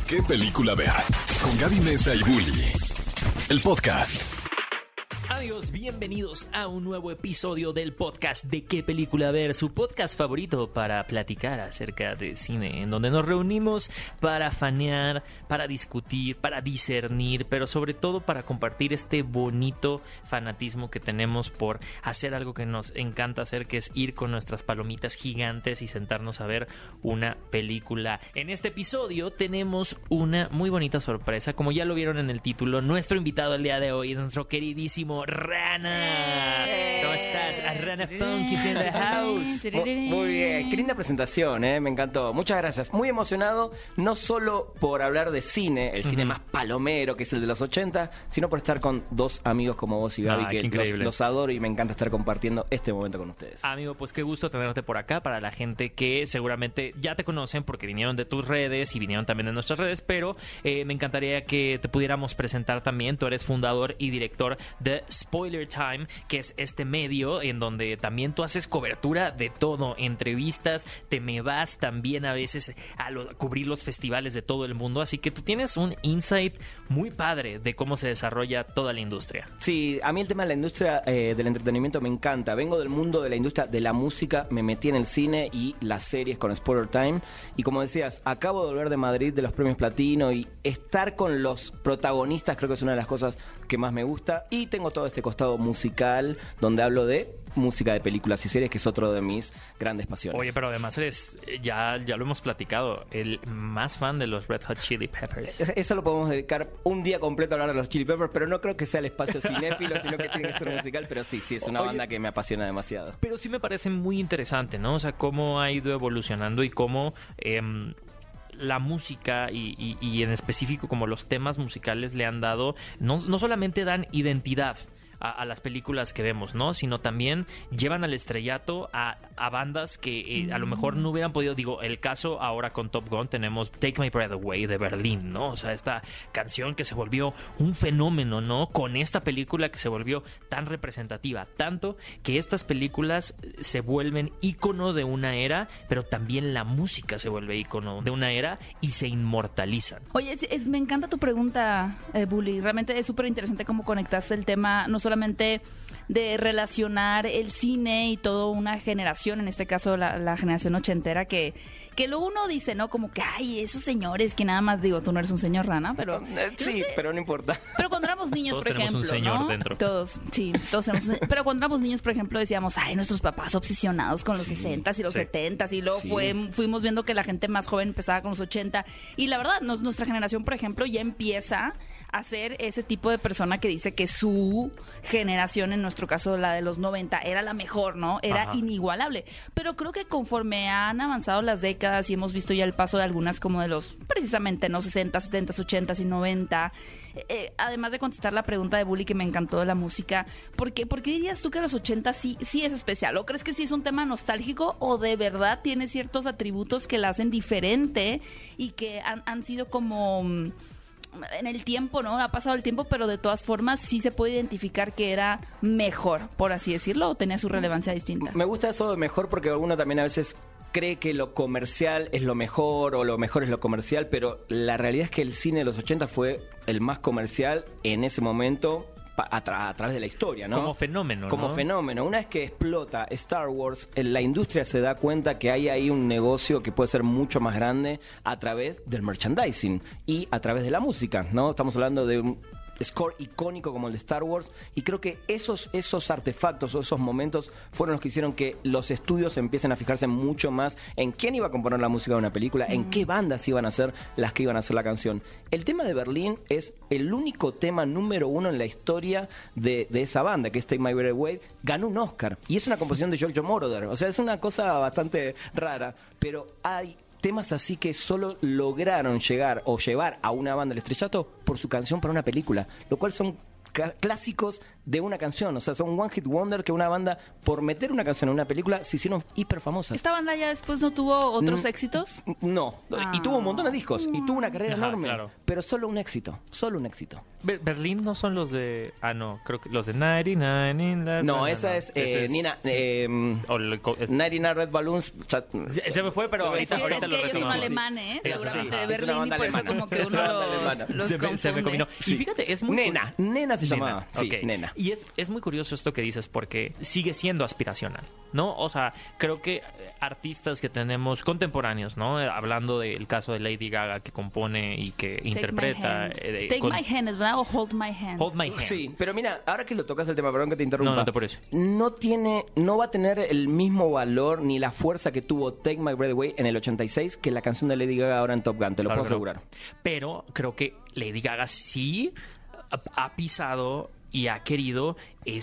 ¿Qué película ver? Con Gaby Mesa y Bully. El podcast. Amigos, bienvenidos a un nuevo episodio del podcast de ¿Qué película ver? Su podcast favorito para platicar acerca de cine, en donde nos reunimos para fanear, para discutir, para discernir, pero sobre todo para compartir este bonito fanatismo que tenemos por hacer algo que nos encanta hacer, que es ir con nuestras palomitas gigantes y sentarnos a ver una película. En este episodio tenemos una muy bonita sorpresa, como ya lo vieron en el título. Nuestro invitado el día de hoy es nuestro queridísimo Rana. ¿Cómo estás? A Rana Funky's in the house. Muy bien, qué linda presentación, me encantó. Muchas gracias. Muy emocionado, no solo por hablar de cine, el cine más palomero, que es el de los 80, sino por estar con dos amigos como vos y Gaby, que los adoro y me encanta estar compartiendo este momento con ustedes. Amigo, pues qué gusto tenerte por acá. Para la gente que seguramente ya te conocen porque vinieron de tus redes y vinieron también de nuestras redes, pero me encantaría que te pudiéramos presentar también. Tú eres fundador y director de Spoiler Time, que es este medio en donde también tú haces cobertura de todo, entrevistas, te me vas también a veces a cubrir los festivales de todo el mundo, así que tú tienes un insight muy padre de cómo se desarrolla toda la industria. Sí, a mí el tema de la industria del entretenimiento me encanta. Vengo del mundo de la industria de la música, me metí en el cine y las series con Spoiler Time, y como decías, acabo de volver de Madrid de los premios Platino y estar con los protagonistas creo que es una de las cosas que más me gusta, y tengo todo este costado musical donde hablo de música de películas y series, que es otro de mis grandes pasiones. Oye, pero además eres, ya lo hemos platicado, el más fan de los Red Hot Chili Peppers. Eso lo podemos dedicar un día completo a hablar de los Chili Peppers, pero no creo que sea el espacio cinéfilo, sino que tiene que ser musical, pero sí, es una banda que me apasiona demasiado. Pero sí me parece muy interesante, ¿no? O sea, cómo ha ido evolucionando y cómo la música y en específico como los temas musicales le han dado, no solamente dan identidad a las películas que vemos, ¿no? Sino también llevan al estrellato a bandas que a lo mejor no hubieran podido. Digo, el caso ahora con Top Gun tenemos Take My Breath Away de Berlín, ¿no? O sea, esta canción que se volvió un fenómeno, ¿no? Con esta película que se volvió tan representativa, tanto que estas películas se vuelven ícono de una era, pero también la música se vuelve ícono de una era y se inmortalizan. Oye, me encanta tu pregunta, Bully. Realmente es súper interesante cómo conectaste el tema, no solamente de relacionar el cine y toda una generación, en este caso la generación ochentera, que luego uno dice, ¿no? Como que, ay, esos señores que nada más, digo, tú no eres un señor, Rana, pero... Sí, pero no importa. Pero cuando éramos niños, todos por ejemplo, tenemos un señor ¿no? dentro. Todos tenemos pero cuando éramos niños, por ejemplo, decíamos, ay, nuestros papás obsesionados con los 60s y los 70s, y luego fuimos viendo que la gente más joven empezaba con los 80, y la verdad, nuestra generación, por ejemplo, ya empieza a ser ese tipo de persona que dice que su generación, en nuestro caso la de los 90, era la mejor, ¿no? Era inigualable. Pero creo que conforme han avanzado las décadas y hemos visto ya el paso de algunas como de los, precisamente, ¿no? 60, 70, 80 y 90, además de contestar la pregunta de Bully que me encantó de la música, ¿por qué dirías tú que los 80 sí es especial? ¿O crees que sí es un tema nostálgico o de verdad tiene ciertos atributos que la hacen diferente y que han sido como... en el tiempo, ¿no? Ha pasado el tiempo, pero de todas formas sí se puede identificar que era mejor, por así decirlo, o tenía su relevancia distinta? Me gusta eso de mejor porque uno también a veces cree que lo comercial es lo mejor o lo mejor es lo comercial, pero la realidad es que el cine de los 80 fue el más comercial en ese momento a través de la historia, ¿no? Como fenómeno, Como ¿no? fenómeno. Una vez que explota Star Wars, la industria se da cuenta que hay ahí un negocio que puede ser mucho más grande a través del merchandising y a través de la música, ¿no? Estamos hablando de un score icónico como el de Star Wars, y creo que esos artefactos o esos momentos fueron los que hicieron que los estudios empiecen a fijarse mucho más en quién iba a componer la música de una película, en qué bandas iban a ser las que iban a hacer la canción. El tema de Berlín es el único tema número 1 en la historia de esa banda, que es Take My Breath Away. Ganó un Oscar y es una composición de Giorgio Moroder. O sea, es una cosa bastante rara, pero hay temas así que solo lograron llegar o llevar a una banda al estrellato por su canción para una película, lo cual son clásicos de una canción. O sea, son One Hit Wonder que una banda, por meter una canción en una película, se hicieron hiper famosas. ¿Esta banda ya después no tuvo otros éxitos? No, y tuvo un montón de discos, y tuvo una carrera Ajá, enorme, claro. pero solo un éxito. Berlín no son los de... no, creo que los de 99 in the... No, esa es Nina... o el- es- 99 Red Balloons. se me fue, pero ahorita, Es ahorita que lo ellos son retomamos. alemanes, Sí. seguramente Sí. de Es una Berlín, y banda por eso alemana. como que Es uno una banda alemana. los Se me confunde. combinó. Y fíjate, es muy... Nena se llamaba. Sí, ok. Nena. Y es muy curioso esto que dices porque sigue siendo aspiracional, ¿no? O sea, creo que artistas que tenemos contemporáneos, ¿no? Hablando del caso de Lady Gaga que compone y que interpreta... Take con- my hand, ¿verdad? O hold my hand. Hold My Hand. Sí, pero mira, ahora que lo tocas el tema, perdón que te interrumpa. No te apures. No va a tener el mismo valor ni la fuerza que tuvo Take My Breath Away en el 86 que la canción de Lady Gaga ahora en Top Gun, te lo Claro, puedo claro. asegurar. Pero creo que Lady Gaga sí ha pisado y ha querido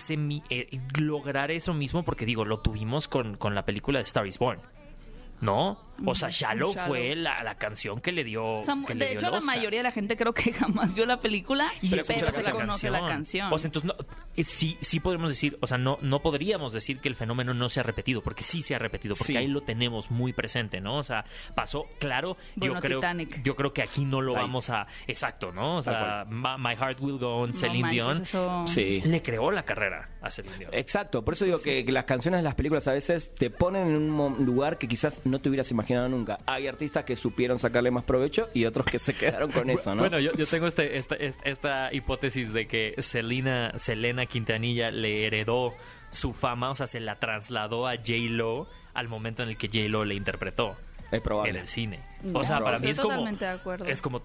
lograr eso mismo porque, digo, lo tuvimos con la película de Star is Born, ¿no? O sea, Shallow Shallow. fue la canción que le dio O sea, que le de dio hecho, el la Oscar. mayoría de la gente creo que jamás vio la película, pero escucha se esa conoce la canción. O sea, entonces sí podemos decir, o sea, no podríamos decir que el fenómeno no se ha repetido, porque sí se ha repetido, porque Sí. ahí lo tenemos muy presente, ¿no? O sea, pasó, claro, Bueno, Titanic. yo creo que aquí no lo Ahí. vamos a... Exacto, ¿no? O sea, My Heart Will Go On, No Celine manches, Dion, eso- Sí. le creó la carrera a Celine Dion. Exacto, por eso digo que las canciones de las películas a veces te ponen en un lugar que quizás no te hubieras imaginado nunca. Hay artistas que supieron sacarle más provecho y otros que se quedaron con eso, ¿no? Bueno, yo tengo esta hipótesis de que Selena Quintanilla le heredó su fama, o sea, se la trasladó a J-Lo al momento en el que J-Lo le interpretó es probable. en el cine. Ya, O sea, para estoy mí es como... totalmente de acuerdo. Es como...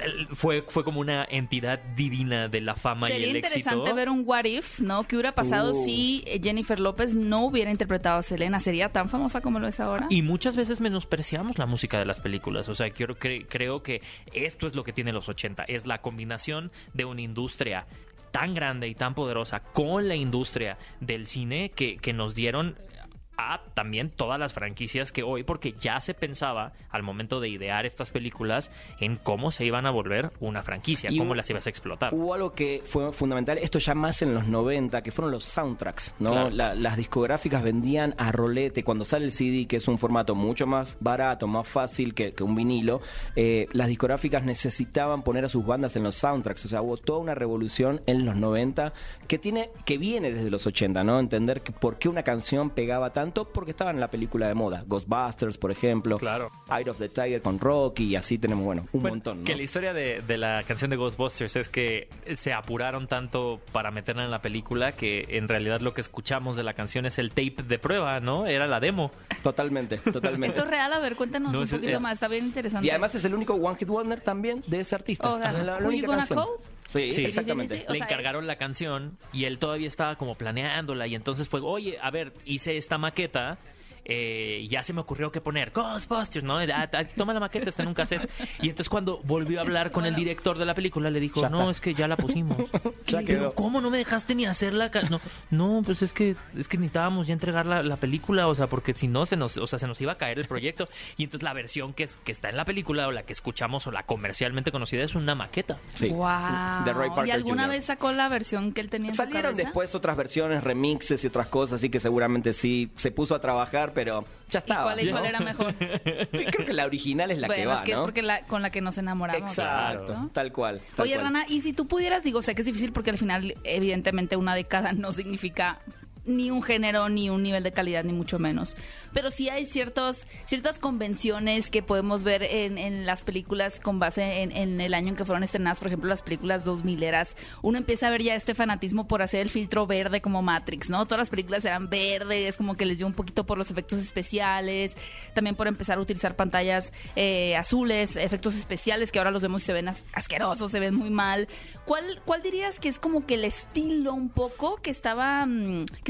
Fue como una entidad divina de la fama Sería y el éxito. interesante ver un what if, ¿no? ¿Qué hubiera pasado si Jennifer López no hubiera interpretado a Selena? ¿Sería tan famosa como lo es ahora? Y muchas veces menospreciamos la música de las películas. O sea, creo que esto es lo que tiene los 80. Es la combinación de una industria tan grande y tan poderosa con la industria del cine que nos dieron a también todas las franquicias que hoy, porque ya se pensaba al momento de idear estas películas en cómo se iban a volver una franquicia, Y cómo hubo- las ibas a explotar. Hubo algo que fue fundamental, esto ya más en los 90, que fueron los soundtracks, ¿no? Claro. Las discográficas vendían a rolete. Cuando sale el CD, que es un formato mucho más barato, más fácil que un vinilo, las discográficas necesitaban poner a sus bandas en los soundtracks. O sea, hubo toda una revolución en los 90 que viene desde los 80, ¿no? Entender por qué una canción pegaba tanto, porque estaba en la película de moda. Ghostbusters, por ejemplo. Claro. Eye of the Tiger con Rocky, y así tenemos, un montón, ¿no? Que la historia de la canción de Ghostbusters es que se apuraron tanto para meterla en la película que en realidad lo que escuchamos de la canción es el tape de prueba, ¿no? Era la demo. Totalmente. ¿Esto es real? A ver, cuéntanos No, un es- poquito es- más. Está bien interesante. Y además es el único One Hit Wonder también de ese artista. O sea, La Who única You Gonna canción. Call? Sí, Sí. exactamente. O Le sea, encargaron la canción y él todavía estaba como planeándola y entonces fue, oye, a ver, hice esta maqueta, ya se me ocurrió que poner Ghostbusters, ¿no? Toma la maqueta, está en un cassette. Y entonces cuando volvió a hablar con el director de la película le dijo, Ya no, está. es que ya la pusimos. Ya Pero quedó. ¿cómo no me dejaste ni hacerla? No, pues es que necesitábamos ya entregar la película, o sea, porque si no se nos iba a caer el proyecto. Y entonces la versión que está en la película o la que escuchamos o la comercialmente conocida es una maqueta. Sí. Wow. De Roy Parker ¿Y alguna Jr. vez sacó la versión que él tenía en su Salieron cabeza? después otras versiones, remixes y otras cosas, así que seguramente sí se puso a trabajar, pero ya ¿Y estaba. cuál ¿no? era mejor? Creo que la original es la que Bueno, va, es que ¿no? es porque con la que nos enamoramos. Exacto, ¿no? tal cual. tal Oye, cual. Rana, y si tú pudieras, digo, sé que es difícil porque al final, evidentemente, una década no significa ni un género, ni un nivel de calidad, ni mucho menos. Pero sí hay ciertas convenciones que podemos ver en las películas con base en el año en que fueron estrenadas, por ejemplo, las películas 2000eras. Uno empieza a ver ya este fanatismo por hacer el filtro verde como Matrix, ¿no? Todas las películas eran verdes, como que les dio un poquito por los efectos especiales, también por empezar a utilizar pantallas azules, efectos especiales que ahora los vemos y se ven asquerosos, se ven muy mal. ¿Cuál dirías que es como que el estilo un poco que estaba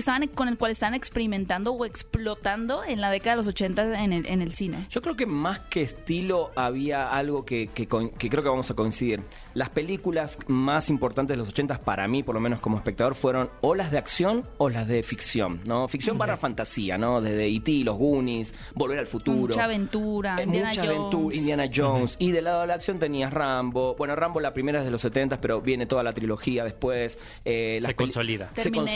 con el cual estaban experimentando o explotando en la década de los 80 en el cine. Yo creo que más que estilo había algo que creo que vamos a coincidir. Las películas más importantes de los 80 para mí, por lo menos como espectador, fueron o las de acción o las de ficción, ¿no? Ficción barra fantasía, ¿no? Desde E.T., Los Goonies, Volver al Futuro. Mucha aventura, Indiana Jones. Y del lado de la acción tenías Rambo. Bueno, Rambo la primera es de los 70, pero viene toda la trilogía después. Se consolida.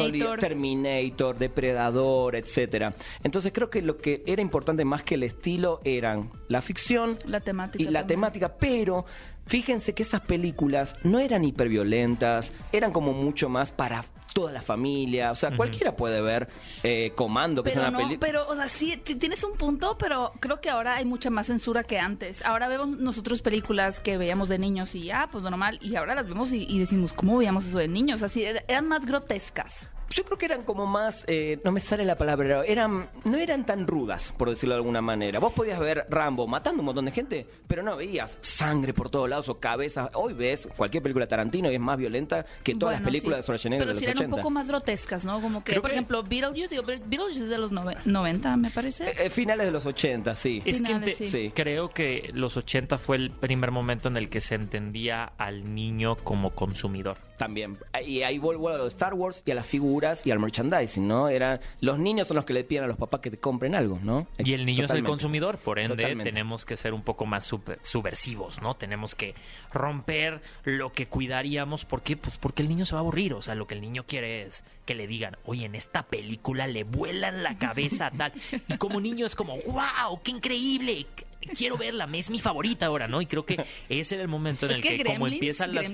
Terminator, Depredador, etcétera. Entonces creo que lo que era importante más que el estilo eran la ficción la temática y la temática, pero fíjense que esas películas no eran hiperviolentas, eran como mucho más para toda la familia, o sea, cualquiera puede ver Comando, que pero es una película. Pero, o sea, sí, tienes un punto, pero creo que ahora hay mucha más censura que antes. Ahora vemos nosotros películas que veíamos de niños y pues normal, y ahora las vemos y decimos, ¿cómo veíamos eso de niños? Así, eran más grotescas. Yo creo que eran como más, no me sale la palabra, no eran tan rudas, por decirlo de alguna manera. Vos podías ver Rambo matando un montón de gente, pero no veías sangre por todos lados o cabezas. Hoy ves cualquier película de Tarantino y es más violenta que todas las películas de Schwarzenegger de los 80. Pero sí eran un poco más grotescas, ¿no? Como que, por ejemplo, Beetlejuice es de los 90, me parece. Finales de los 80, sí. Es que creo que los 80 fue el primer momento en el que se entendía al niño como consumidor. También. Y ahí vuelvo a lo de Star Wars y a las figuras y al merchandising, ¿no? Los niños son los que le piden a los papás que te compren algo, ¿no? Y el niño es el consumidor, por ende Totalmente. tenemos que ser un poco más subversivos, ¿no? Tenemos que romper lo que cuidaríamos. ¿Por qué? Pues porque el niño se va a aburrir. O sea, lo que el niño quiere es que le digan, oye, en esta película le vuelan la cabeza tal. Y como niño es como, ¡wow! ¡Qué increíble! Quiero verla, es mi favorita ahora, ¿no? Y creo que ese era el momento en el que como empiezan las...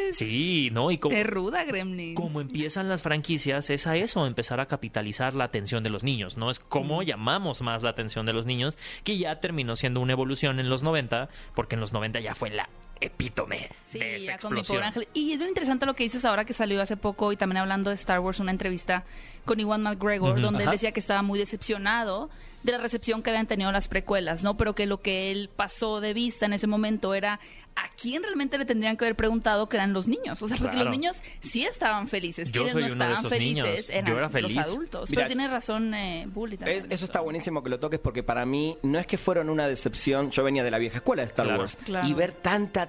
Sí, ¿no? Y como... Es ruda, Gremlins. Como empiezan las franquicias, es a eso, empezar a capitalizar la atención de los niños, ¿no? Es como llamamos más la atención de los niños, que ya terminó siendo una evolución en los 90, porque en los 90 ya fue la epítome de esa con Mi explosión. Pobre Ángel. Y es muy interesante lo que dices ahora, que salió hace poco, y también hablando de Star Wars, una entrevista con Ewan McGregor, donde él decía que estaba muy decepcionado de la recepción que habían tenido las precuelas, ¿no? Pero que lo que él pasó de vista en ese momento era a quién realmente le tendrían que haber preguntado, que eran los niños. O sea, porque los niños sí estaban felices. Yo Quienes soy no uno de estaban esos felices niños. eran Yo era feliz. los adultos. Mira, pero tiene razón Bully también. Eso está buenísimo que lo toques, porque para mí no es que fueron una decepción. Yo venía de la vieja escuela de Star Wars. Claro. Y ver tanta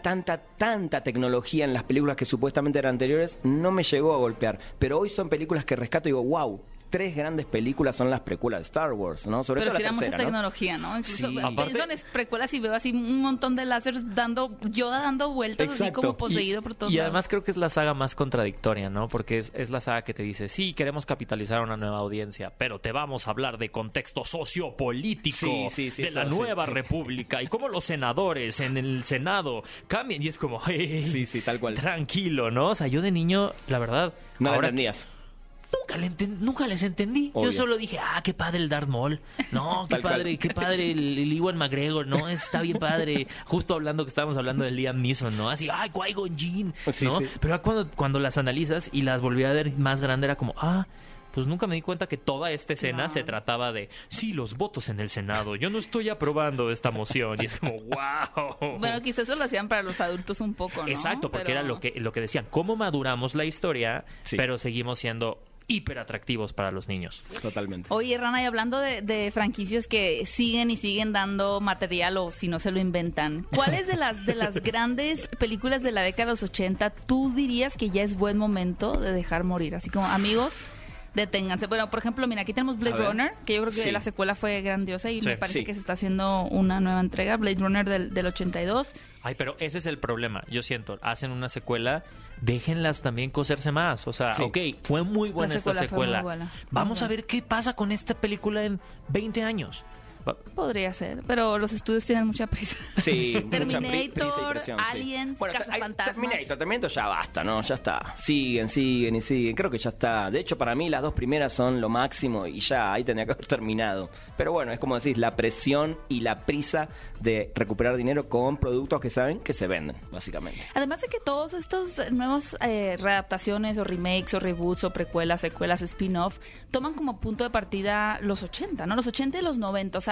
tecnología en las películas que supuestamente eran anteriores no me llegó a golpear. Pero hoy son películas que rescato y digo, wow. 3 grandes películas son las precuelas de Star Wars, ¿no? Sobre pero todo sí la era tercera, mucha ¿no? tecnología, ¿no? Incluso Sí. pienso en precuelas y veo así un montón de láseres Yoda dando vueltas, así Exacto. como poseído por todos Y lados. además creo que es la saga más contradictoria, ¿no? Porque es la saga que te dice, sí, queremos capitalizar a una nueva audiencia, pero te vamos a hablar de contexto sociopolítico Sí, de la nueva república y cómo los senadores en el Senado cambian. Y es como, Sí, tal cual. tranquilo, ¿no? O sea, yo de niño, la verdad... No la ahora entendías. Nunca les entendí. Obvio. Yo solo dije, qué padre el Darth Maul. No, qué padre el Ewan McGregor. No, está bien padre. Justo hablando que estábamos hablando de Liam Neeson, ¿no? Así, Qui-Gon Jinn, ¿no? Sí. Pero cuando las analizas y las volví a ver más grande, era como, pues nunca me di cuenta que toda esta escena se trataba de, sí, los votos en el Senado. Yo no estoy aprobando esta moción. Y es como, wow. Bueno, quizás eso lo hacían para los adultos un poco, ¿no? Exacto, porque era lo que decían. ¿Cómo maduramos la historia, pero seguimos siendo hiper atractivos para los niños? Totalmente. Oye, Rana, y hablando de franquicias que siguen y siguen dando material, o si no se lo inventan, ¿cuáles de las grandes películas de la década de los 80 tú dirías que ya es buen momento de dejar morir? Así como, amigos, deténganse. Bueno, por ejemplo, mira, aquí tenemos Blade Runner, que yo creo que la secuela fue grandiosa y me parece que se está haciendo una nueva entrega, Blade Runner del 82. Ay, pero ese es el problema, yo siento. Hacen una secuela, déjenlas también coserse más. O sea, fue muy buena esta secuela. Vamos a ver qué pasa con esta película en 20 años. Podría ser, pero los estudios tienen mucha prisa. Sí, Terminator, mucha prisa y presión, Aliens, Bueno, Cazafantasmas. Terminator ya basta, ¿no? Ya está. Siguen. Creo que ya está. De hecho, para mí las 2 primeras son lo máximo y ya ahí tendría que haber terminado. Pero bueno, es como decís, la presión y la prisa de recuperar dinero con productos que saben que se venden, básicamente. Además de que todos estos nuevos readaptaciones o remakes o reboots o precuelas, secuelas, spin-off, toman como punto de partida los 80, ¿no? Los 80 y los 90. O sea,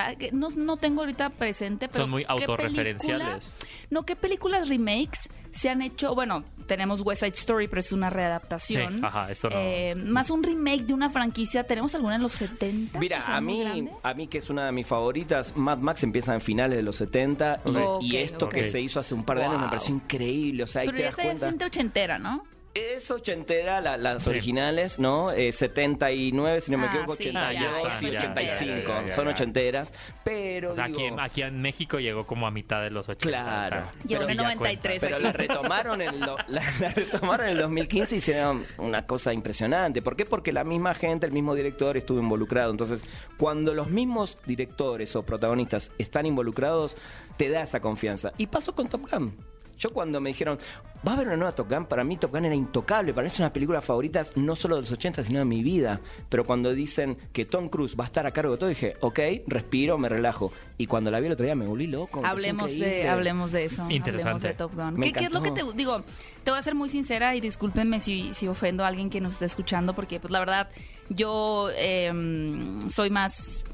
sea, que no tengo ahorita presente, pero son muy ¿qué autorreferenciales. ¿qué películas remakes se han hecho? Bueno, tenemos West Side Story, pero es una readaptación. Sí, ajá, esto no. Más un remake de una franquicia. ¿Tenemos alguna en los 70? Mira, a mí que es una de mis favoritas, Mad Max empieza en finales de los 70 y esto que se hizo hace un par de años me pareció increíble. O sea, ahí pero te ya das se cuenta. siente ochentera, ¿no? Es ochentera, las originales, ¿no? 79, si no me equivoco, sí, 82 y ya, 85. ya. Son ochenteras, pero O sea, digo, aquí en México llegó como a mitad de los 80. Claro. O sea, Llegó sí en ya 93 cuenta. pero la retomaron en el 2015 y hicieron una cosa impresionante. ¿Por qué? Porque la misma gente, el mismo director estuvo involucrado. Entonces, cuando los mismos directores o protagonistas están involucrados, te da esa confianza. Y pasó con Top Gun. Yo cuando me dijeron, va a haber una nueva Top Gun, para mí Top Gun era intocable. Para mí es una de las películas favoritas, no solo de los 80, sino de mi vida. Pero cuando dicen que Tom Cruise va a estar a cargo de todo, dije, ok, respiro, me relajo. Y cuando la vi el otro día me volví loco. Hablemos de eso. Interesante. Hablemos de Top Gun. Me ¿Qué es lo que encantó. te digo? Te voy a ser muy sincera y discúlpenme si ofendo a alguien que nos esté escuchando, porque pues la verdad yo soy más...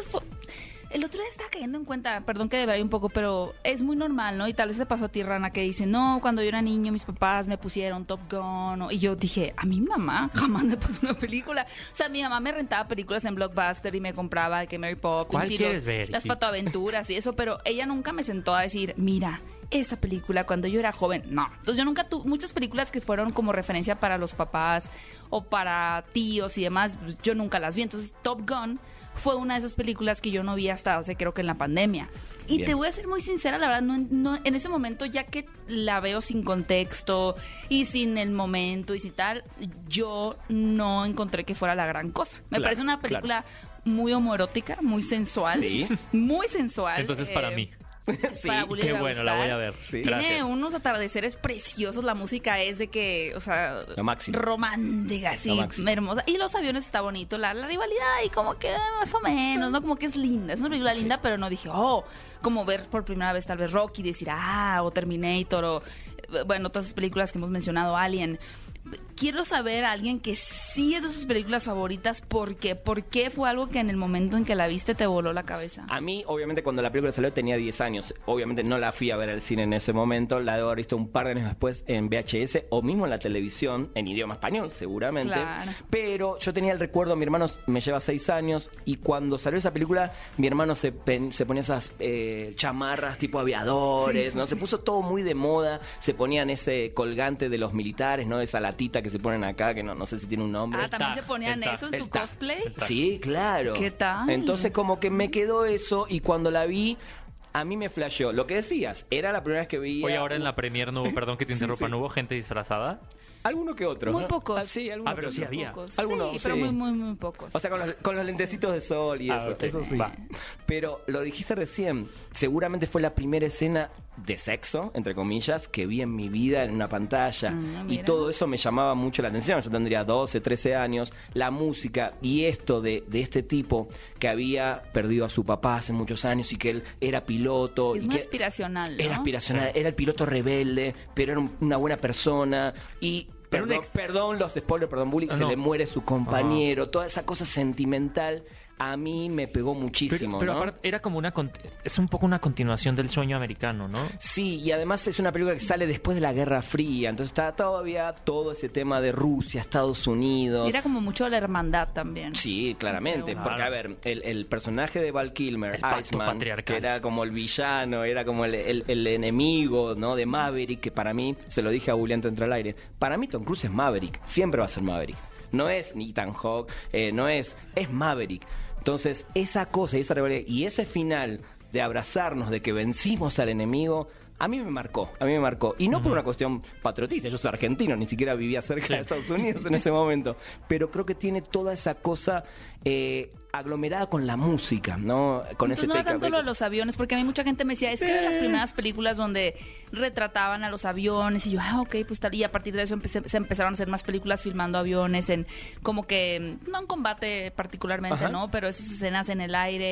El otro día estaba cayendo en cuenta, perdón que debería un poco, pero es muy normal, ¿no? Y tal vez te pasó a ti, Rana, que dice, no, cuando yo era niño mis papás me pusieron Top Gun. Y yo dije, a mi mamá jamás me puso una película. O sea, mi mamá me rentaba películas en Blockbuster y me compraba que Mary Poppins ¿Cuál y quieres ver? las Sí. Patoaventuras y eso, pero ella nunca me sentó a decir, mira, esa película cuando yo era joven, no. Entonces yo nunca tuve muchas películas que fueron como referencia para los papás o para tíos y demás, pues, yo nunca las vi. Entonces Top Gun fue una de esas películas que yo no vi hasta hace, creo que en la pandemia. Y Bien. te voy a ser muy sincera, la verdad, no, en ese momento, ya que la veo sin contexto y sin el momento y sin tal, yo no encontré que fuera la gran cosa. Me Claro, parece una película muy homoerótica, muy sensual. Sí. Muy sensual. Entonces, para mí. Sí, Para Bully Qué le va a bueno, la gustar. voy a ver. Sí. Tiene Gracias. unos atardeceres preciosos, la música es de que, o sea, Lo máximo. romántica, Lo así, máximo. hermosa. Y los aviones está bonito, la rivalidad y como que más o menos, ¿no? Como que es linda, es una película linda, pero no dije, como ver por primera vez tal vez Rocky, decir, o Terminator, o, bueno, todas esas películas que hemos mencionado, Alien. Quiero saber a alguien que sí es de sus películas favoritas, ¿por qué? ¿Por qué fue algo que en el momento en que la viste te voló la cabeza? A mí, obviamente, cuando la película salió tenía 10 años. Obviamente no la fui a ver al cine en ese momento. La debo haber visto un par de años después en VHS o mismo en la televisión, en idioma español, seguramente. Claro. Pero yo tenía el recuerdo, mi hermano me lleva 6 años y cuando salió esa película, mi hermano se ponía esas chamarras tipo aviadores, ¿no? Se puso todo muy de moda. Se ponían ese colgante de los militares, ¿no? Esa latita que se ponen acá, que no sé si tiene un nombre. También se ponían el eso en su el ta. cosplay. Sí, claro. ¿Qué tal? Entonces como que me quedó eso y cuando la vi, a mí me flasheó. Lo que decías, era la primera vez que veía... Hoy ahora en la premier no hubo, perdón que te Sí, interrumpa, sí. ¿no hubo gente disfrazada? Alguno que otro. Muy ¿no? pocos. Sí, alguno Ah, pero que sí otro. había. Pocos. Algunos, sí, pero sí. muy pocos. O sea, con los lentecitos de sol y eso. Ok, Eso sí. va. Pero lo dijiste recién, seguramente fue la primera escena de sexo, entre comillas, que vi en mi vida en una pantalla. Y mira. todo eso me llamaba mucho la atención. Yo tendría 12, 13 años. La música y esto de este tipo que había perdido a su papá hace muchos años y que él era piloto. Es y muy que aspiracional, ¿no? Era aspiracional, era el piloto rebelde, pero era una buena persona. Y Pero perdón los spoilers, perdón, Bully, se No. le muere su compañero, toda esa cosa sentimental a mí me pegó muchísimo, pero ¿no? aparte era como es un poco una continuación del sueño americano, ¿no? Sí, y además es una película que sale después de la Guerra Fría, entonces está todavía todo ese tema de Rusia, Estados Unidos. Y era como mucho la hermandad también. Sí, claramente, Pero- porque a ver, el personaje de Val Kilmer, El pacto Iceman, patriarcal. que era como el villano, era como el enemigo, ¿no? De Maverick, que para mí, se lo dije a Julián entre al aire, para mí Tom Cruise es Maverick, siempre va a ser Maverick. No es ni Ethan Hawke, es Maverick. Entonces, esa cosa y esa rivalidad y ese final de abrazarnos, de que vencimos al enemigo, a mí me marcó. Y no por una cuestión patriotista, yo soy argentino, ni siquiera vivía cerca de Estados Unidos en ese momento. Pero creo que tiene toda esa cosa aglomerada con la música, ¿no? Con Entonces ese no era take tanto lo de los aviones, porque a mí mucha gente me decía, es que eran las primeras películas donde retrataban a los aviones, y yo, ok, pues tal, y a partir de eso se empezaron a hacer más películas filmando aviones, en como que, no en combate particularmente, Ajá. ¿no? Pero esas escenas en el aire.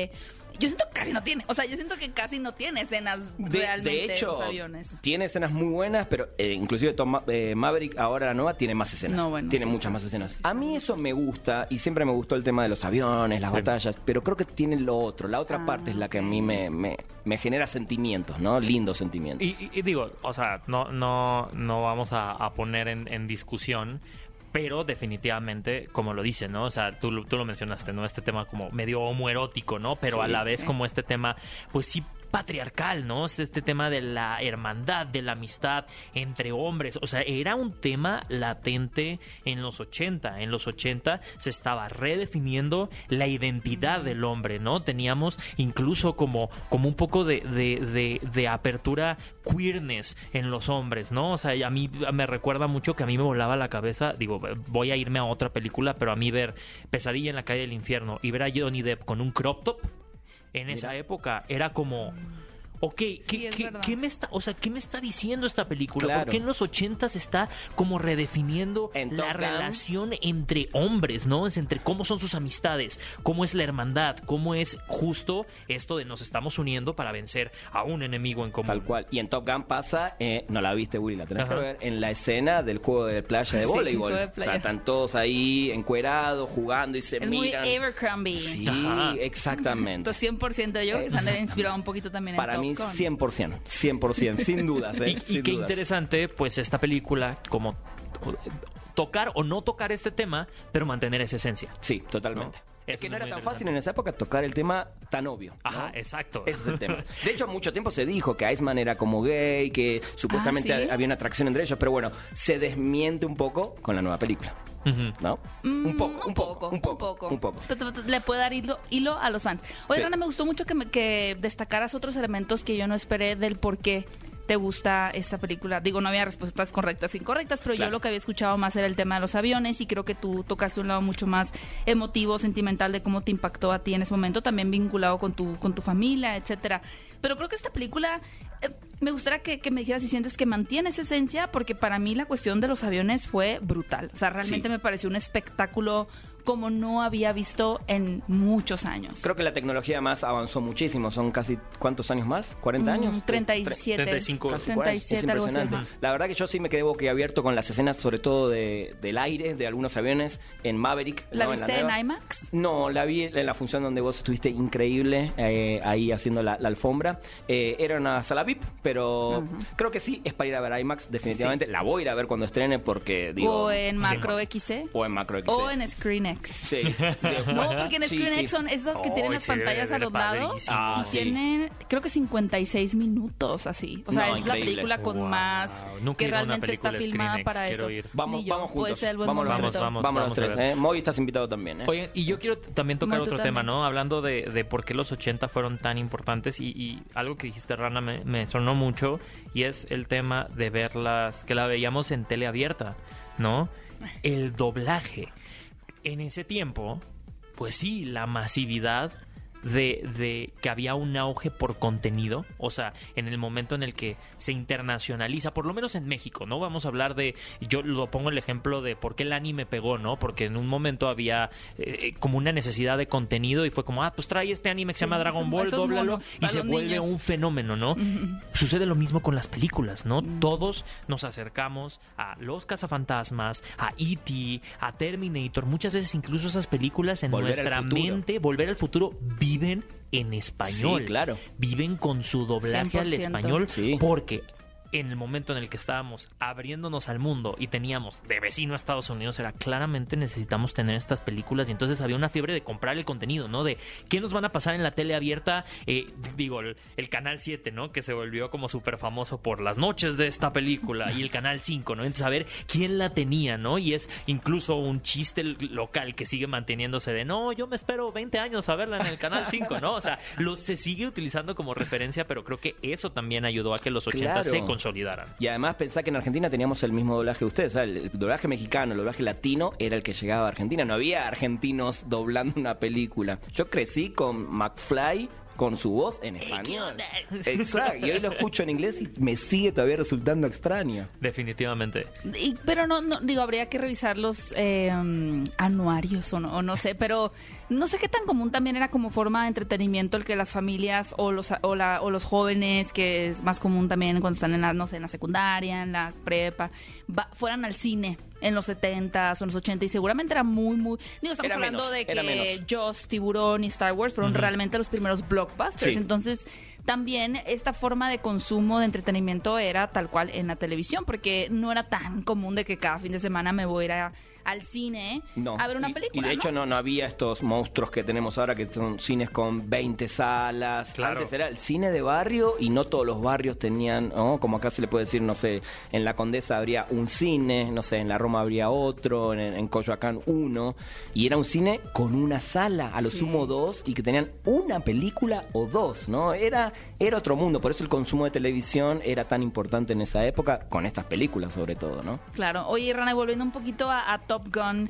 Yo siento que casi no tiene. O sea, yo siento que casi no tiene escenas realmente de hecho, los aviones. Tiene escenas muy buenas, pero inclusive Maverick, ahora la nueva, tiene más escenas. No, bueno, tiene sí, muchas sí, más sí, escenas. sí, A mí eso me gusta, y siempre me gustó el tema de los aviones, las batallas, pero creo que tiene lo otro. La otra parte es la que a mí me genera sentimientos, ¿no? Lindos sentimientos. Y digo, o sea, no vamos a poner en discusión, pero definitivamente, como lo dices, ¿no? O sea, tú lo mencionaste, ¿no? Este tema como medio homoerótico, ¿no? Pero Sí, a la vez sí. como este tema, pues sí, patriarcal, ¿no? Este tema de la hermandad, de la amistad entre hombres. O sea, era un tema latente en los 80. En los 80 se estaba redefiniendo la identidad del hombre, ¿no? Teníamos incluso como un poco de apertura queerness en los hombres, ¿no? O sea, a mí me recuerda mucho que a mí me volaba la cabeza, digo, voy a irme a otra película, pero a mí ver Pesadilla en la calle del infierno y ver a Johnny Depp con un crop top en esa época era como, ok, Sí, es verdad. ¿qué me está diciendo esta película? Claro. ¿Por qué en los 80s está como redefiniendo En la Top Gun. relación entre hombres, ¿no? Es entre cómo son sus amistades, cómo es la hermandad, cómo es justo esto de nos estamos uniendo para vencer a un enemigo en común. Tal cual. Y en Top Gun pasa, no la viste, Willy, la tenés Ajá. que ver, en la escena del juego de playa de Sí, voleibol. juego de O playa. sea, están todos ahí encuerados, jugando y se Es muy miran. Abercrombie. Sí, Ajá. exactamente. Entonces 100% yo, que se han de haber inspirado un poquito también Para en mí, Top Gun. 100%, sin dudas. Y sin qué dudas. interesante, pues, esta película, como tocar o no tocar este tema, pero mantener esa esencia. Sí, totalmente. ¿No? Es Eso que es no era muy tan interesante. fácil en esa época tocar el tema tan obvio. ¿no? Ajá, exacto. Ese es el tema. De hecho, mucho tiempo se dijo que Iceman era como gay, que supuestamente ¿sí? había una atracción entre ellos, pero bueno, se desmiente un poco con la nueva película. Ujú. ¿No? Un poco. Le puede dar hilo a los fans. Oye, Sí. Rana, me gustó mucho que destacaras otros elementos que yo no esperé del por qué te gusta esta película. Digo, no había respuestas correctas e incorrectas, pero Claro. yo lo que había escuchado más era el tema de los aviones y creo que tú tocaste un lado mucho más emotivo, sentimental de cómo te impactó a ti en ese momento, también vinculado con tu familia, etcétera. Pero creo que esta película, me gustaría que me dijeras si sientes que mantiene esa esencia, porque para mí la cuestión de los aviones fue brutal. O sea, realmente Sí. me pareció un espectáculo como no había visto en muchos años. Creo que la tecnología más avanzó muchísimo. Son casi, ¿cuántos años más? ¿40 años? 37. 35. Casi 40. Es 37, algo así. impresionante. Ajá. La verdad que yo sí me quedé boquiabierto con las escenas, sobre todo del aire, de algunos aviones, en Maverick. ¿La ¿no? viste nueva. en IMAX? No, la vi en la función donde vos estuviste increíble, ahí haciendo la alfombra. Era una sala VIP, pero creo que sí, es para ir a ver IMAX, definitivamente. La voy a ir a ver cuando estrene porque, digo... O en Macro sí, XC. O en Macro XC. O en ScreenX. Sí. No, porque en Sí, ScreenX sí. son esas que tienen Ay, las sí, debe pantallas de a los ver lados padrísimo. Ah, y sí. tienen, creo que 56 minutos así. O sea, No, es la increíble. película con Wow. más Nunca que he ido a una realmente está película filmada ScreenX, para quiero eso. ir. Vamos, Ni yo, vamos puede juntos. ser el buen Vamos los momento. tres. Vamos, Vamos los vamos a tres. ver. Moy, estás invitado también. Oye, y yo quiero también tocar Muy otro totalmente. tema, ¿no? Hablando de por qué los 80 fueron tan importantes y algo que dijiste, Rana, me sonó mucho y es el tema de verlas, que la veíamos en tele abierta, ¿no? El doblaje. En ese tiempo, pues sí, la masividad de que había un auge por contenido, o sea, en el momento en el que se internacionaliza, por lo menos en México, ¿no? Vamos a hablar de, yo lo pongo el ejemplo de por qué el anime pegó, ¿no? Porque en un momento había como una necesidad de contenido y fue como, pues trae este anime que se llama Dragon Ball, esos dóblalo, monos y para se los vuelve niños. un fenómeno, ¿no? Sucede lo mismo con las películas, ¿no? Todos nos acercamos a Los Cazafantasmas, a E.T., a Terminator, muchas veces incluso esas películas en Volver al nuestra futuro. mente, Volver al Futuro, viven en español. Sí, claro. Viven con su doblaje al 100%. español Sí. porque en el momento en el que estábamos abriéndonos al mundo y teníamos de vecino a Estados Unidos, era claramente necesitamos tener estas películas y entonces había una fiebre de comprar el contenido, ¿no? De qué nos van a pasar en la tele abierta, digo, el Canal 7, ¿no? Que se volvió como súper famoso por las noches de esta película y el Canal 5, ¿no? Entonces a ver quién la tenía, ¿no? Y es incluso un chiste local que sigue manteniéndose de, no, yo me espero 20 años a verla en el Canal 5, ¿no? O sea, se sigue utilizando como referencia, pero creo que eso también ayudó a que los 80 Claro. se consolidaran. Y además pensá que en Argentina teníamos el mismo doblaje de ustedes. O sea, el doblaje mexicano, el doblaje latino era el que llegaba a Argentina. No había argentinos doblando una película. Yo crecí con McFly con su voz en español. Exacto, y hoy lo escucho en inglés y me sigue todavía resultando extraño. Definitivamente. Pero no, digo, habría que revisar los anuarios o no sé, pero no sé qué tan común también era como forma de entretenimiento el que las familias o los jóvenes, que es más común también cuando están en no sé, en la secundaria, en la prepa, fueran al cine en los 70s o en los 80 y seguramente era muy, muy... Digo, estamos hablando de que Jaws, Tiburón y Star Wars fueron realmente los primeros blockbusters. Sí. Entonces, también esta forma de consumo de entretenimiento era tal cual en la televisión, porque no era tan común de que cada fin de semana me voy a ir al cine a ver una película. Y de hecho no había estos monstruos que tenemos ahora, que son cines con 20 salas. Claro. Antes era el cine de barrio y no todos los barrios tenían, ¿no? Como acá se le puede decir, no sé, en La Condesa habría un cine, no sé, en La Roma habría otro, en Coyoacán uno, y era un cine con una sala, a lo sumo 2, y que tenían una película o 2, ¿no? Era otro mundo, por eso el consumo de televisión era tan importante en esa época, con estas películas sobre todo, ¿no? Claro. Oye, Rana, volviendo un poquito a Top Gun,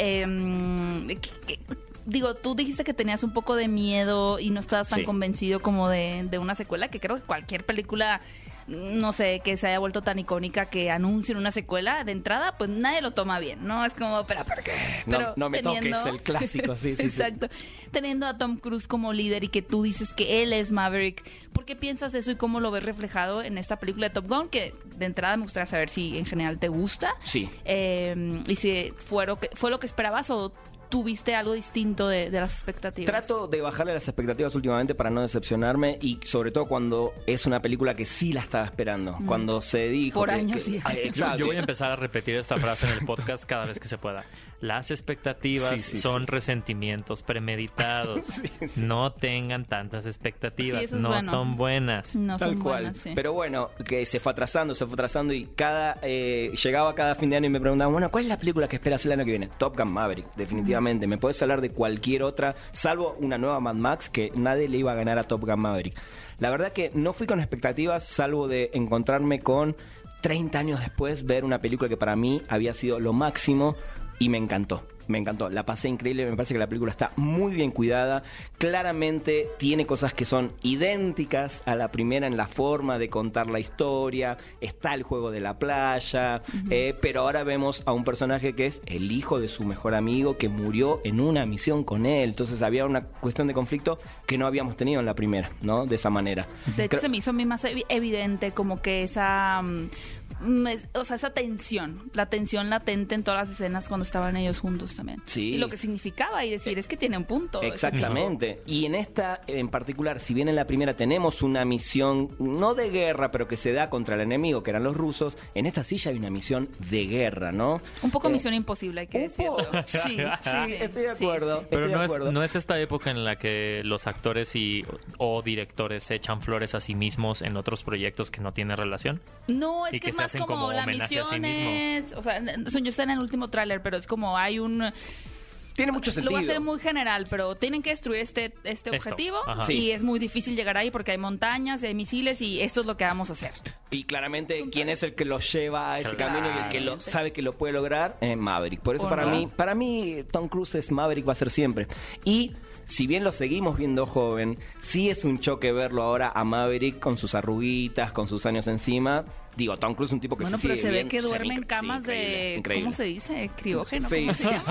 digo, tú dijiste que tenías un poco de miedo y no estabas tan convencido como de una secuela, que creo que cualquier película, no sé, que se haya vuelto tan icónica que anuncien una secuela de entrada, pues nadie lo toma bien, ¿no? Es como, ¿pero por qué? Pero no me toques el clásico, sí. Exacto. Teniendo a Tom Cruise como líder y que tú dices que él es Maverick, ¿por qué piensas eso y cómo lo ves reflejado en esta película de Top Gun? Que de entrada me gustaría saber si en general te gusta. Sí. Y si fue lo que esperabas o tuviste algo distinto de las expectativas. Trato de bajarle las expectativas últimamente para no decepcionarme, y sobre todo cuando es una película que sí la estaba esperando. Cuando se dijo por años, sí. Yo voy a empezar a repetir esta frase en el podcast cada vez que se pueda. Las expectativas son resentimientos premeditados. No tengan tantas expectativas. No son buenas. No Tal son cual. Buenas, sí. Pero bueno, que se fue atrasando y llegaba cada fin de año y me preguntaban, bueno, ¿cuál es la película que esperas el año que viene? Top Gun Maverick, definitivamente. Me puedes hablar de cualquier otra, salvo una nueva Mad Max, que nadie le iba a ganar a Top Gun Maverick. La verdad que no fui con expectativas, salvo de encontrarme con 30 años después ver una película que para mí había sido lo máximo y me encantó. Me encantó, la pasé increíble, me parece que la película está muy bien cuidada, claramente tiene cosas que son idénticas a la primera en la forma de contar la historia, está el juego de la playa, pero ahora vemos a un personaje que es el hijo de su mejor amigo que murió en una misión con él, entonces había una cuestión de conflicto que no habíamos tenido en la primera, ¿no? De esa manera. De hecho, se me hizo a mí más evidente como que esa tensión, la tensión latente en todas las escenas cuando estaban ellos juntos también. Sí. Y lo que significaba y decir, es que tiene un punto. Exactamente. Y en esta en particular, si bien en la primera tenemos una misión, no de guerra, pero que se da contra el enemigo, que eran los rusos, en esta sí ya hay una misión de guerra, ¿no? Un poco misión imposible, hay que decirlo. Sí, estoy de acuerdo. Sí. Pero no es esta época en la que los actores o directores se echan flores a sí mismos en otros proyectos que no tienen relación. No, es que es más como la misión es... O sea, yo sé en el último tráiler, pero es como hay un... Tiene mucho sentido. Lo voy a hacer muy general, pero tienen que destruir este objetivo y es muy difícil llegar ahí porque hay montañas, hay misiles y esto es lo que vamos a hacer. Y claramente, ¿quién es el que lo lleva a ese camino y el que sabe que lo puede lograr? Maverick. Por eso para mí Tom Cruise es Maverick, va a ser siempre. Y si bien lo seguimos viendo joven, sí es un choque verlo ahora a Maverick con sus arruguitas, con sus años encima. Digo, Tom Cruise es un tipo que se sigue se ve bien, que duerme en camas increíble. ¿cómo se dice? Criógeno. Sí.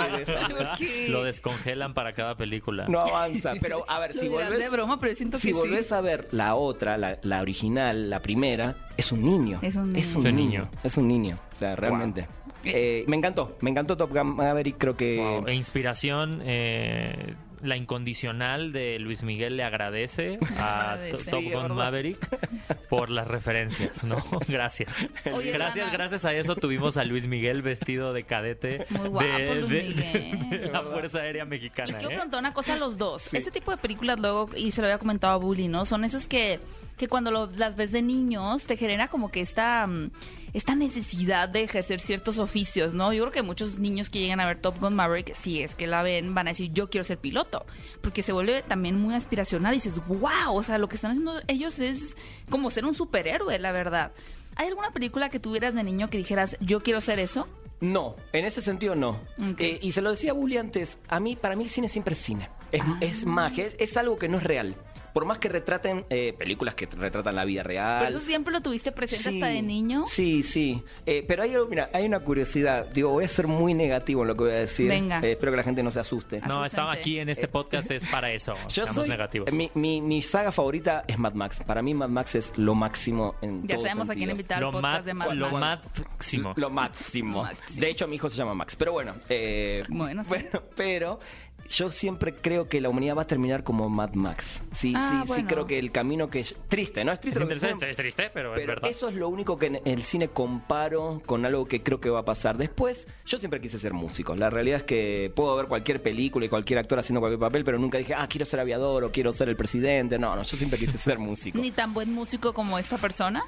Lo descongelan para cada película. No avanza, pero a ver, si volvés de broma, pero siento que volvés a ver la otra, la original, la primera, es un niño. Es un niño. O sea, realmente. Wow. Me encantó Top Gun Maverick, creo que... Wow. E inspiración... La incondicional de Luis Miguel le agradece a Top Gun Maverick por las referencias, ¿no? Gracias. Oye, gracias a eso tuvimos a Luis Miguel vestido de cadete. Muy guapo, Luis Miguel. De la Fuerza Aérea Mexicana. Les quiero preguntar una cosa a los dos. Sí. Ese tipo de películas luego, y se lo había comentado a Bully, ¿no? Son esas que cuando las ves de niños te genera como que esta necesidad de ejercer ciertos oficios, ¿no? Yo creo que muchos niños que llegan a ver Top Gun Maverick, si es que la ven, van a decir, yo quiero ser piloto, porque se vuelve también muy aspiracional y dices, wow, o sea, lo que están haciendo ellos es como ser un superhéroe, la verdad. ¿Hay alguna película que tuvieras de niño que dijeras, yo quiero ser eso? No, en ese sentido no. Okay. Y se lo decía a Bully antes, para mí el cine siempre es cine. Es magia, es algo que no es real. por más que retraten películas que retratan la vida real. Pero eso siempre lo tuviste presente hasta de niño. Sí, sí. Pero hay una curiosidad. Digo, voy a ser muy negativo en lo que voy a decir. Venga. Espero que la gente no se asuste. No, Asústense. estamos aquí en este podcast es para eso. Yo Estamos soy negativos. mi saga favorita es Mad Max. Para mí Mad Max es lo máximo en Ya todo sabemos a quién sentido. invitar al podcast de Mad Lo Max. máximo. Lo máximo. Máximo. De hecho, mi hijo se llama Max. Pero bueno. Bueno, sí. pero yo siempre creo que la humanidad va a terminar como Mad Max. Sí, Ah, sí bueno. creo que el camino que... Triste, ¿no? Es triste. Es lo que interesante, sucede, es triste, pero es pero verdad. eso es lo único que en el cine comparo con algo que creo que va a pasar. Después, yo siempre quise ser músico. La realidad es que puedo ver cualquier película y cualquier actor haciendo cualquier papel, pero nunca dije, quiero ser aviador o quiero ser el presidente. No, yo siempre quise ser músico. Ni tan buen músico como esta persona.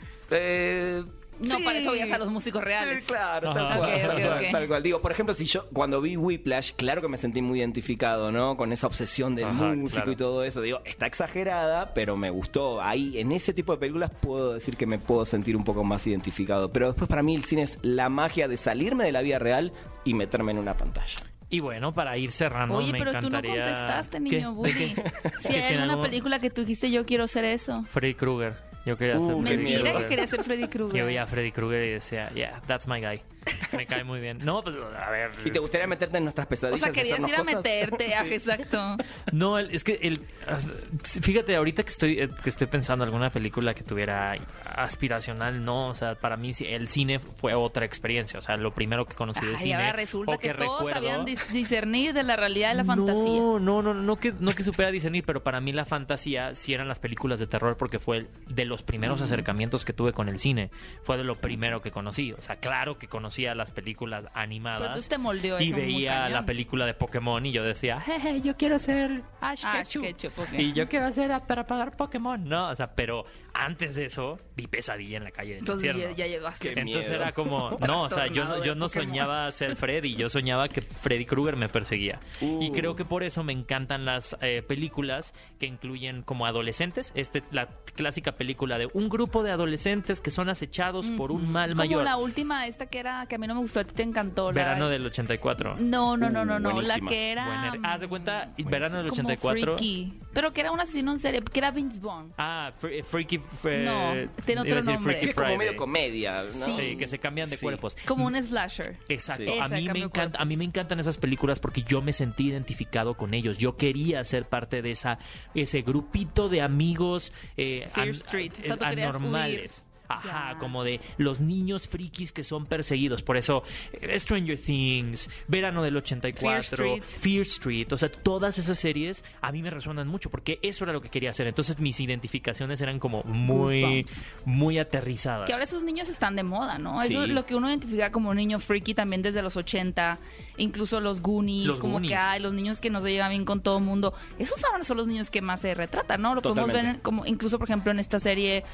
No, Sí. para eso veías a los músicos reales. Sí, claro, Ajá. tal cual, Ok, tal ok, cual, ok. tal cual. Digo, por ejemplo, si yo cuando vi Whiplash, claro que me sentí muy identificado, ¿no? Con esa obsesión del Ajá, músico claro. y todo eso. Digo, está exagerada, pero me gustó. Ahí, en ese tipo de películas, puedo decir que me puedo sentir un poco más identificado. Pero después, para mí, el cine es la magia de salirme de la vida real y meterme en una pantalla. Y bueno, para ir cerrando, Oye, me pero tú no encantaría... contestaste, ¿Qué? niño ¿De bully. qué? Si Que hay si en alguna algún- película que tú dijiste, yo quiero ser eso. Freddy Krueger. Yo quería ser qué Freddy miedo. Mentira Krueger. que quería ser Freddy Krueger. Yo veía a Freddy Krueger y decía, yeah, that's my guy. Me cae muy bien. No, pues, a ver... ¿Y te gustaría meterte en nuestras O pesadillas? sea, y querías hacernos ir a cosas? meterte, Sí. exacto. No, es que fíjate, ahorita que estoy pensando en alguna película que tuviera aspiracional, no, o sea, para mí el cine fue otra experiencia, o sea, lo primero que conocí de Ay, cine. ahora resulta o que todos recuerdo- sabían discernir de la realidad de la fantasía. No que supiera discernir, pero para mí la fantasía sí eran las películas de terror porque fue de los primeros acercamientos que tuve con el cine, fue de lo primero que conocí, o sea, claro que conocía las películas animadas. Pero entonces te moldeó y eso muy veía cañón. la película de Pokémon y yo decía, jeje, yo quiero ser Ash Ketchum. Ketchum, ok. Y yo quiero hacer para pagar Pokémon. No, o sea, pero antes de eso vi Pesadilla en la calle del Entonces infierno. ya llegaste. Qué Entonces miedo. era como, no, o sea, Trastornado yo de no Pokémon. soñaba ser Freddy, yo soñaba que Freddy Krueger me perseguía. Y creo que por eso me encantan las películas que incluyen como adolescentes. La clásica película de un grupo de adolescentes que son acechados por un mal Como mayor. la última esta que a mí no me gustó, a ti te encantó. la- Verano del 84. No, la buenísima. que era... Buena- haz de cuenta, Verano del como 84. freaky, pero que era un asesino en serie, que era Vince Vaughn. Freaky... No, tiene otro iba a decir nombre. Que Freaky es como Friday. medio comedia, ¿no? Sí, que se cambian de Sí. cuerpos. Como un slasher. Exacto. Sí. A Esa, mí me cambio encanta, a cuerpos. mí me encantan esas películas porque yo me sentí identificado con ellos. Yo quería ser parte de ese grupito de amigos Fear Street. O sea, tú querías anormales. huir. Ajá, Ya. como de los niños frikis que son perseguidos. Por eso, Stranger Things, Verano del 84, Fear Street. O sea, todas esas series a mí me resuenan mucho porque eso era lo que quería hacer. Entonces mis identificaciones eran como Goosebumps. muy aterrizadas. Que ahora esos niños están de moda, ¿no? Eso Sí. es lo que uno identifica como un niño freaky también desde los 80, incluso los Goonies, Los como Goonies. que hay los niños que no se llevan bien con todo el mundo. Esos ahora son los niños que más se retratan, ¿no? Lo podemos ver Totalmente. como incluso, por ejemplo, en esta serie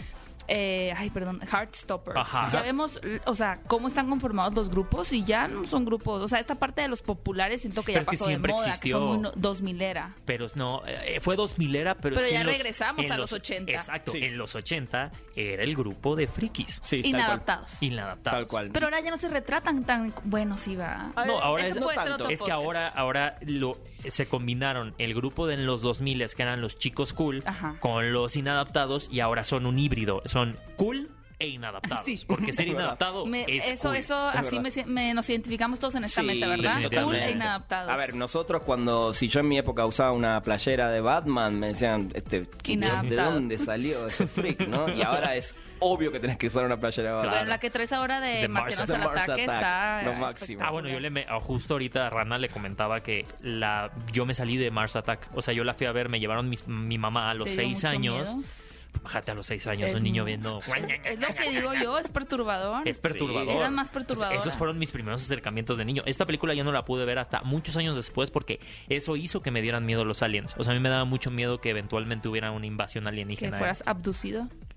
Heartstopper. Ajá. Ya vemos, o sea, cómo están conformados los grupos y ya no son grupos. O sea, esta parte de los populares siento que ya Pero es que pasó de siempre moda, existió. que son muy 2000era. Pero no, fue 2000era, pero es Pero que ya en los- regresamos en a los 80. Exacto, Sí. en los 80 era el grupo de frikis. Sí, tal cual. Inadaptados. Inadaptados. Tal cual. Pero ahora ya no se retratan tan... Bueno, sí va. No, ahora Eso es, puede ser tanto. otro es que podcast. ahora se combinaron el grupo de en los 2000 que eran los chicos cool Ajá. con los inadaptados y ahora son un híbrido, son cool e inadaptados. Sí. Porque ser Es verdad. inadaptado es cool. Así verdad. nos identificamos todos en esta Sí, mesa, ¿verdad? Cool definitivamente. e inadaptados. A ver, nosotros si yo en mi época usaba una playera de Batman, me decían, ¿de Inadaptado. dónde salió ese freak, no? Y ahora es obvio que tenés que usar una playera de Batman. Bueno, la que traes ahora de De Marcianos Mars al Attack. ataque está... Lo máximo. Ah, bueno, justo ahorita a Rana le comentaba que yo me salí de Mars Attack. O sea, yo la fui a ver, me llevaron mi mamá a los ¿Te dio 6 mucho años. miedo? Bájate a los 6 años, Es un niño muy- viendo... Es lo que digo yo, es perturbador. Es perturbador. Sí. Eran más Entonces, perturbadoras. esos fueron mis primeros acercamientos de niño. Esta película yo no la pude ver hasta muchos años después porque eso hizo que me dieran miedo los aliens. O sea, a mí me daba mucho miedo que eventualmente hubiera una invasión Que alienígena. fueras abducido.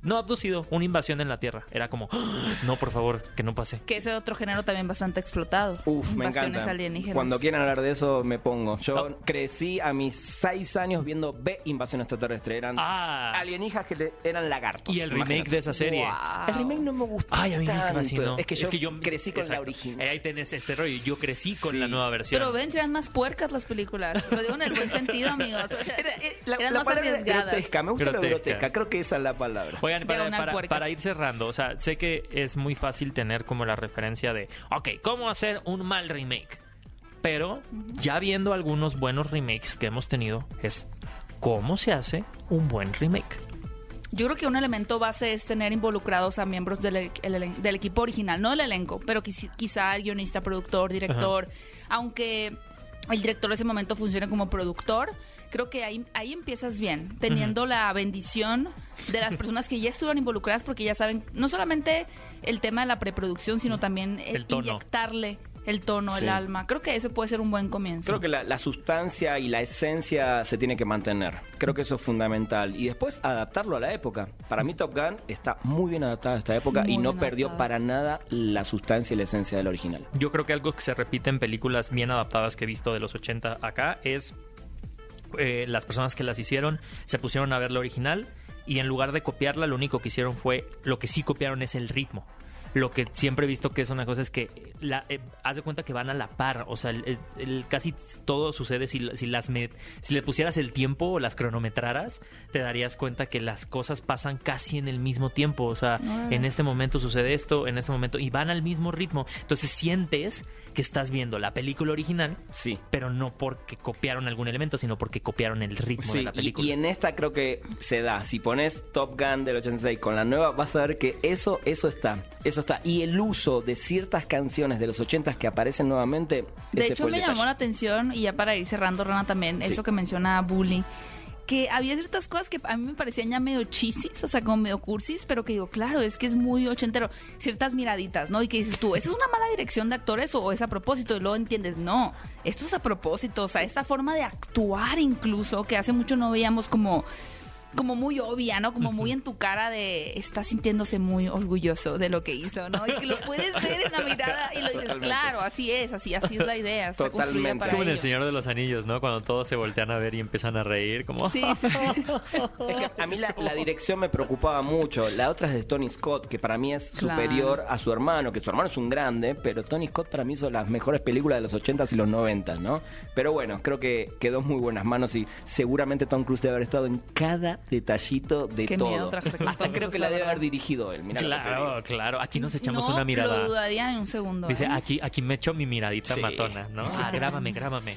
No abducido, una invasión en la Tierra. Era como, no, por favor, que no pase. Que ese otro género también bastante explotado. Me encanta. Alienígenas. Cuando quieran hablar de eso, me pongo. Yo crecí a mis 6 años viendo Invasión Extraterrestre. Eran alienígenas que eran lagartos. Y el remake de esa serie. Wow. El remake no me gustó. Ay, a mí me fascinó. Es que yo crecí con la original. Ahí tenés este rollo. Yo crecí con la nueva versión. Pero ven, eran más puercas las películas. Lo digo en el buen sentido, amigos. O sea, eran más arriesgadas. Grotesca. Me gusta lo grotesca. Creo que esa es la palabra. Oigan, para ir cerrando, o sea, sé que es muy fácil tener como la referencia de, ok, ¿cómo hacer un mal remake? Pero ya viendo algunos buenos remakes que hemos tenido, es ¿cómo se hace un buen remake? Yo creo que un elemento base es tener involucrados a miembros del equipo original, no del elenco, pero quizá el guionista, productor, director, aunque el director en ese momento funcione como productor. Creo que ahí empiezas bien, teniendo la bendición de las personas que ya estuvieron involucradas, porque ya saben no solamente el tema de la preproducción, sino también inyectarle el tono, el alma. Creo que eso puede ser un buen comienzo. Creo que la sustancia y la esencia se tiene que mantener. Creo que eso es fundamental. Y después adaptarlo a la época. Para mí Top Gun está muy bien adaptada a esta época y no perdió para nada la sustancia y la esencia del original. Yo creo que algo que se repite en películas bien adaptadas que he visto de los 80 acá es las personas que las hicieron se pusieron a ver la original y en lugar de copiarla, lo único que hicieron fue, lo que sí copiaron es el ritmo. Lo que siempre he visto que es una cosa es que haz de cuenta que van a la par, o sea, casi todo sucede si le pusieras el tiempo o las cronometraras, te darías cuenta que las cosas pasan casi en el mismo tiempo, o sea, en este momento sucede esto, en este momento, y van al mismo ritmo, entonces sientes que estás viendo la película original, sí, pero no porque copiaron algún elemento, sino porque copiaron el ritmo de la película. Y en esta creo que se da, si pones Top Gun del 86 con la nueva, vas a ver que eso está. Y el uso de ciertas canciones de los 80s que aparecen nuevamente, de hecho me llamó la atención, y ya para ir cerrando, Rana, también, eso que menciona Bully, que había ciertas cosas que a mí me parecían ya medio chisis, o sea, como medio cursis, pero que digo, claro, es que es muy ochentero. Ciertas miraditas, ¿no? Y que dices tú, ¿esa es una mala dirección de actores o es a propósito? Y luego entiendes, no, esto es a propósito. O sea, esta forma de actuar incluso, que hace mucho no veíamos como muy obvia, ¿no? Como muy en tu cara de está sintiéndose muy orgulloso de lo que hizo, ¿no? Y que lo puedes ver en la mirada y lo dices, totalmente. Claro, así es la idea. Está construida para es como en ello. El Señor de los Anillos, ¿no? Cuando todos se voltean a ver y empiezan a reír, como... Sí. Es que a mí la dirección me preocupaba mucho. La otra es de Tony Scott, que para mí es superior a su hermano, que su hermano es un grande, pero Tony Scott para mí hizo las mejores películas de los 80s y los 90s, ¿no? Pero bueno, creo que quedó en muy buenas manos y seguramente Tom Cruise debe haber estado en cada detallito de Qué todo. Miedo, hasta creo que la debe haber dirigido él. Mirá, claro. Aquí nos echamos una mirada. No lo dudaría en un segundo. Dice, aquí me echo mi miradita matona, ¿no? Grábame.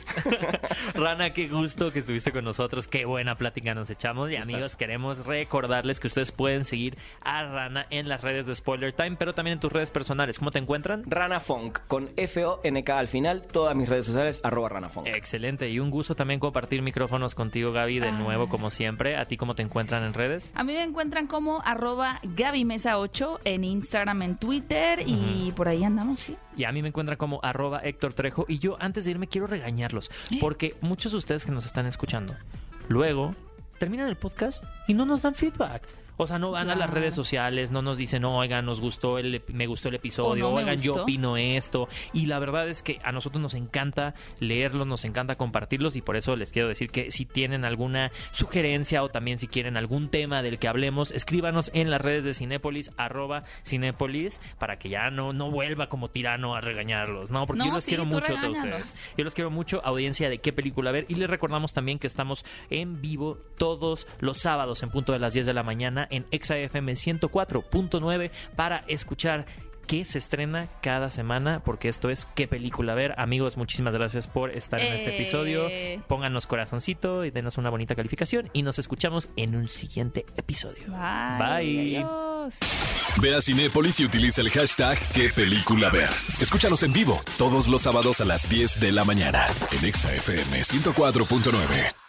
Rana, qué gusto que estuviste con nosotros. Qué buena plática nos echamos. Y amigos, queremos recordarles que ustedes pueden seguir a Rana en las redes de Spoiler Time, pero también en tus redes personales. ¿Cómo te encuentran? Rana Funk, con F-O-N-K al final. Todas mis redes sociales, @RanaFunk. Excelente. Y un gusto también compartir micrófonos contigo, Gaby, de nuevo, como siempre. ¿A ti cómo te encuentran en redes? A mí me encuentran como @GabyMesa8 en Instagram, en Twitter, y por ahí andamos, sí. Y a mí me encuentran como @Héctor Trejo. Y yo, antes de irme, quiero regañarlos, porque muchos de ustedes que nos están escuchando, luego terminan el podcast y no nos dan feedback. O sea, no van a las redes sociales, no nos dicen, no, oigan, me gustó el episodio, oigan, yo opino esto. Y la verdad es que a nosotros nos encanta leerlos, nos encanta compartirlos, y por eso les quiero decir que si tienen alguna sugerencia o también si quieren algún tema del que hablemos, escríbanos en las redes de Cinépolis, @Cinépolis, para que ya no vuelva como tirano a regañarlos, ¿no? Porque yo los quiero mucho a todos ustedes. Yo los quiero mucho, audiencia de Qué Película Ver, y les recordamos también que estamos en vivo todos los sábados en punto de las 10 de la mañana en ExaFM 104.9 para escuchar qué se estrena cada semana, porque esto es Qué Película Ver. Amigos, muchísimas gracias por estar en este episodio. Pónganos corazoncito y denos una bonita calificación, y nos escuchamos en un siguiente episodio. Bye. Adiós. Ve a Cinépolis y utiliza el hashtag Qué Película Ver. Escúchanos en vivo todos los sábados a las 10 de la mañana en ExaFM 104.9.